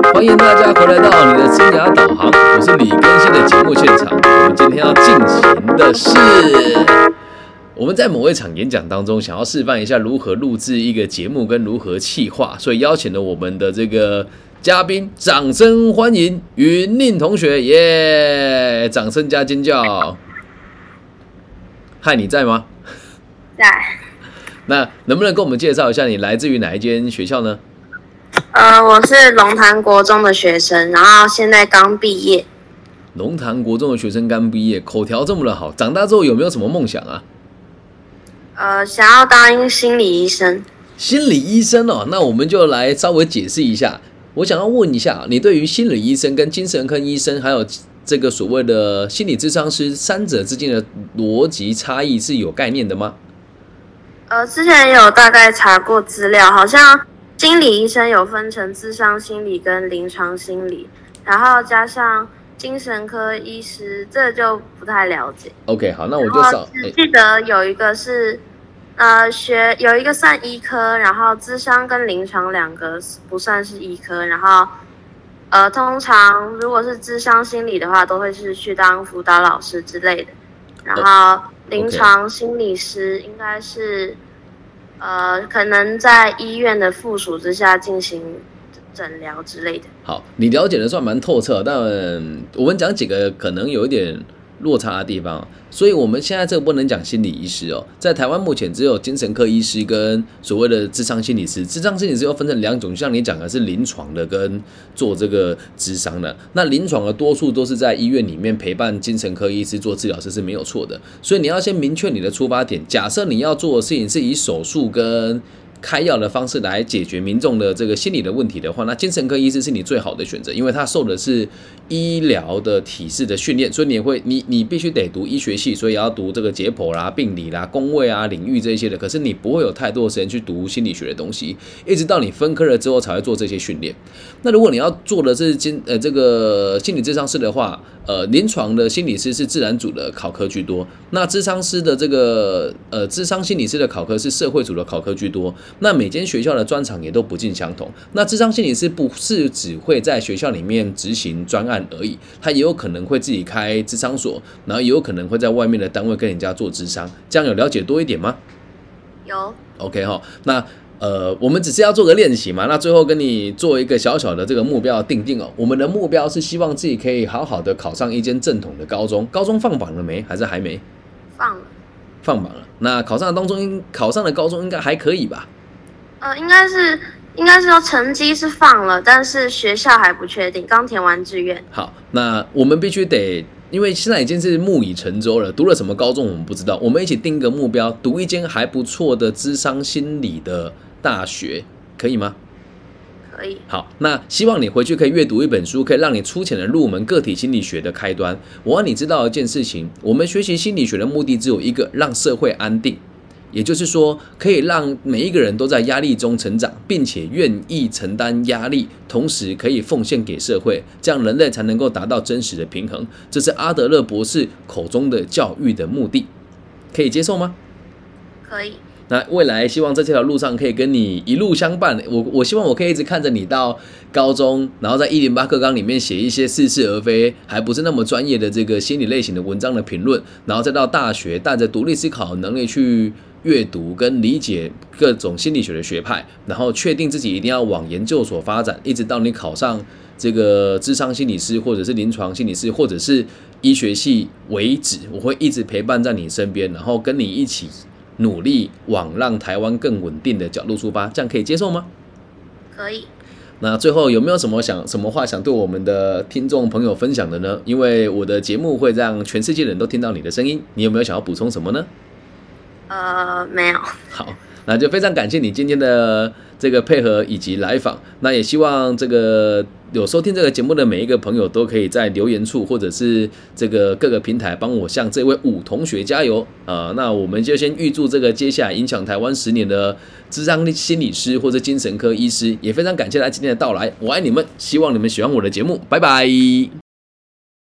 欢迎大家回来到你的生涯导航，我是李根熙的节目现场。我们今天要进行的是，我们在某一场演讲当中，想要示范一下如何录制一个节目跟如何企划，所以邀请了我们的这个嘉宾，掌声欢迎云宁同学，耶！掌声加尖叫。嗨，你在吗？ 在。 那能不能跟我们介绍一下你来自于哪一间学校呢？ 我是龙潭国中的学生，然后现在刚毕业。 龙潭国中的学生刚毕业，口条这么的好，长大之后有没有什么梦想啊？ 想要当心理医生。 心理医生哦，那我们就来稍微解释一下。我想要问一下，你对于心理医生跟精神科医生，还有这个所谓的心理咨商师，三者之间的逻辑差异是有概念的吗？ 之前有大概查过资料，好像心理医生有分成諮商心理跟临床心理，然后加上精神科医师，这就不太了解。 OK， 好，那我就只记得有一个是有一个算医科，然后諮商跟临床两个不算是医科，然后通常如果是諮商心理的话，都会是去当辅导老师之类的，然后临床心理师应该是可能在医院的附属之下进行诊疗之类的。 好，你了解的算蛮透彻，但我们讲几个可能有一点落差的地方，所以我们现在这个不能讲心理医师哦，在台湾目前只有精神科医师跟所谓的諮商心理师。諮商心理师又分成两种，像你讲的是临床的跟做这个諮商的。那临床的多数都是在医院里面陪伴精神科医师做治疗师是没有错的，所以你要先明确你的出发点。假设你要做的事情是以手术跟开药的方式来解决民众的这个心理的问题的话，那精神科医师是你最好的选择，因为他受的是医疗的体系的训练，所以你必须得读医学系，所以要读这个解剖啦、病理啦、公卫啊、领域这些的。可是你不会有太多的时间去读心理学的东西，一直到你分科了之后才会做这些训练。那如果你要做的是这个心理咨商师的话，临床的心理师是自然组的考科居多，那諮商师的这个諮商心理师的考科是社会组的考科居多。那每间学校的专长也都不尽相同。那諮商心理师不是只会在学校里面执行专案而已，他也有可能会自己开諮商所，然后也有可能会在外面的单位跟人家做諮商。这样有了解多一点吗？ 有。 OK 哈，那我们只是要做个练习嘛。那最后跟你做一个小小的这个目标定定哦。我们的目标是希望自己可以好好的考上一间正统的高中。高中放榜了没？还是还没？ 放了。 放榜了。那考上的高中应该还可以吧？ 应该是说成绩是放了，但是学校还不确定，刚填完志愿。 好，那我们必须得，因为现在已经是木已成舟了，读了什么高中我们不知道，我们一起定个目标，读一间还不错的諮商心理的大学，可以吗？ 可以。 好，那希望你回去可以阅读一本书，可以让你粗浅的入门个体心理学的开端。我让你知道一件事情，我们学习心理学的目的只有一个，让社会安定。也就是说，可以让每一个人都在压力中成长，并且愿意承担压力，同时可以奉献给社会，这样人类才能够达到真实的平衡。这是阿德勒博士口中的教育的目的，可以接受吗？ 可以。 那未来希望在这条路上可以跟你一路相伴。我希望我可以一直看着你到高中，然后在108课纲里面写一些似是而非，还不是那么专业的这个心理类型的文章的评论，然后再到大学带着独立思考的能力去阅读跟理解各种心理学的学派，然后确定自己一定要往研究所发展，一直到你考上这个諮商心理师或者是临床心理师或者是医学系为止。我会一直陪伴在你身边，然后跟你一起努力往让台湾更稳定的角度出发，这样可以接受吗？ 可以。 那最后有没有什么话想对我们的听众朋友分享的呢？因为我的节目会让全世界人都听到你的声音，你有没有想要补充什么呢？ 没有。 好，那就非常感谢你今天的这个配合以及来访。那也希望这个有收听这个节目的每一个朋友都可以在留言处或者是这个各个平台帮我向这位武同学加油那我们就先预祝这个接下来影响台湾10年的諮商心理师或者精神科医师，也非常感谢他今天的到来。我爱你们，希望你们喜欢我的节目，拜拜。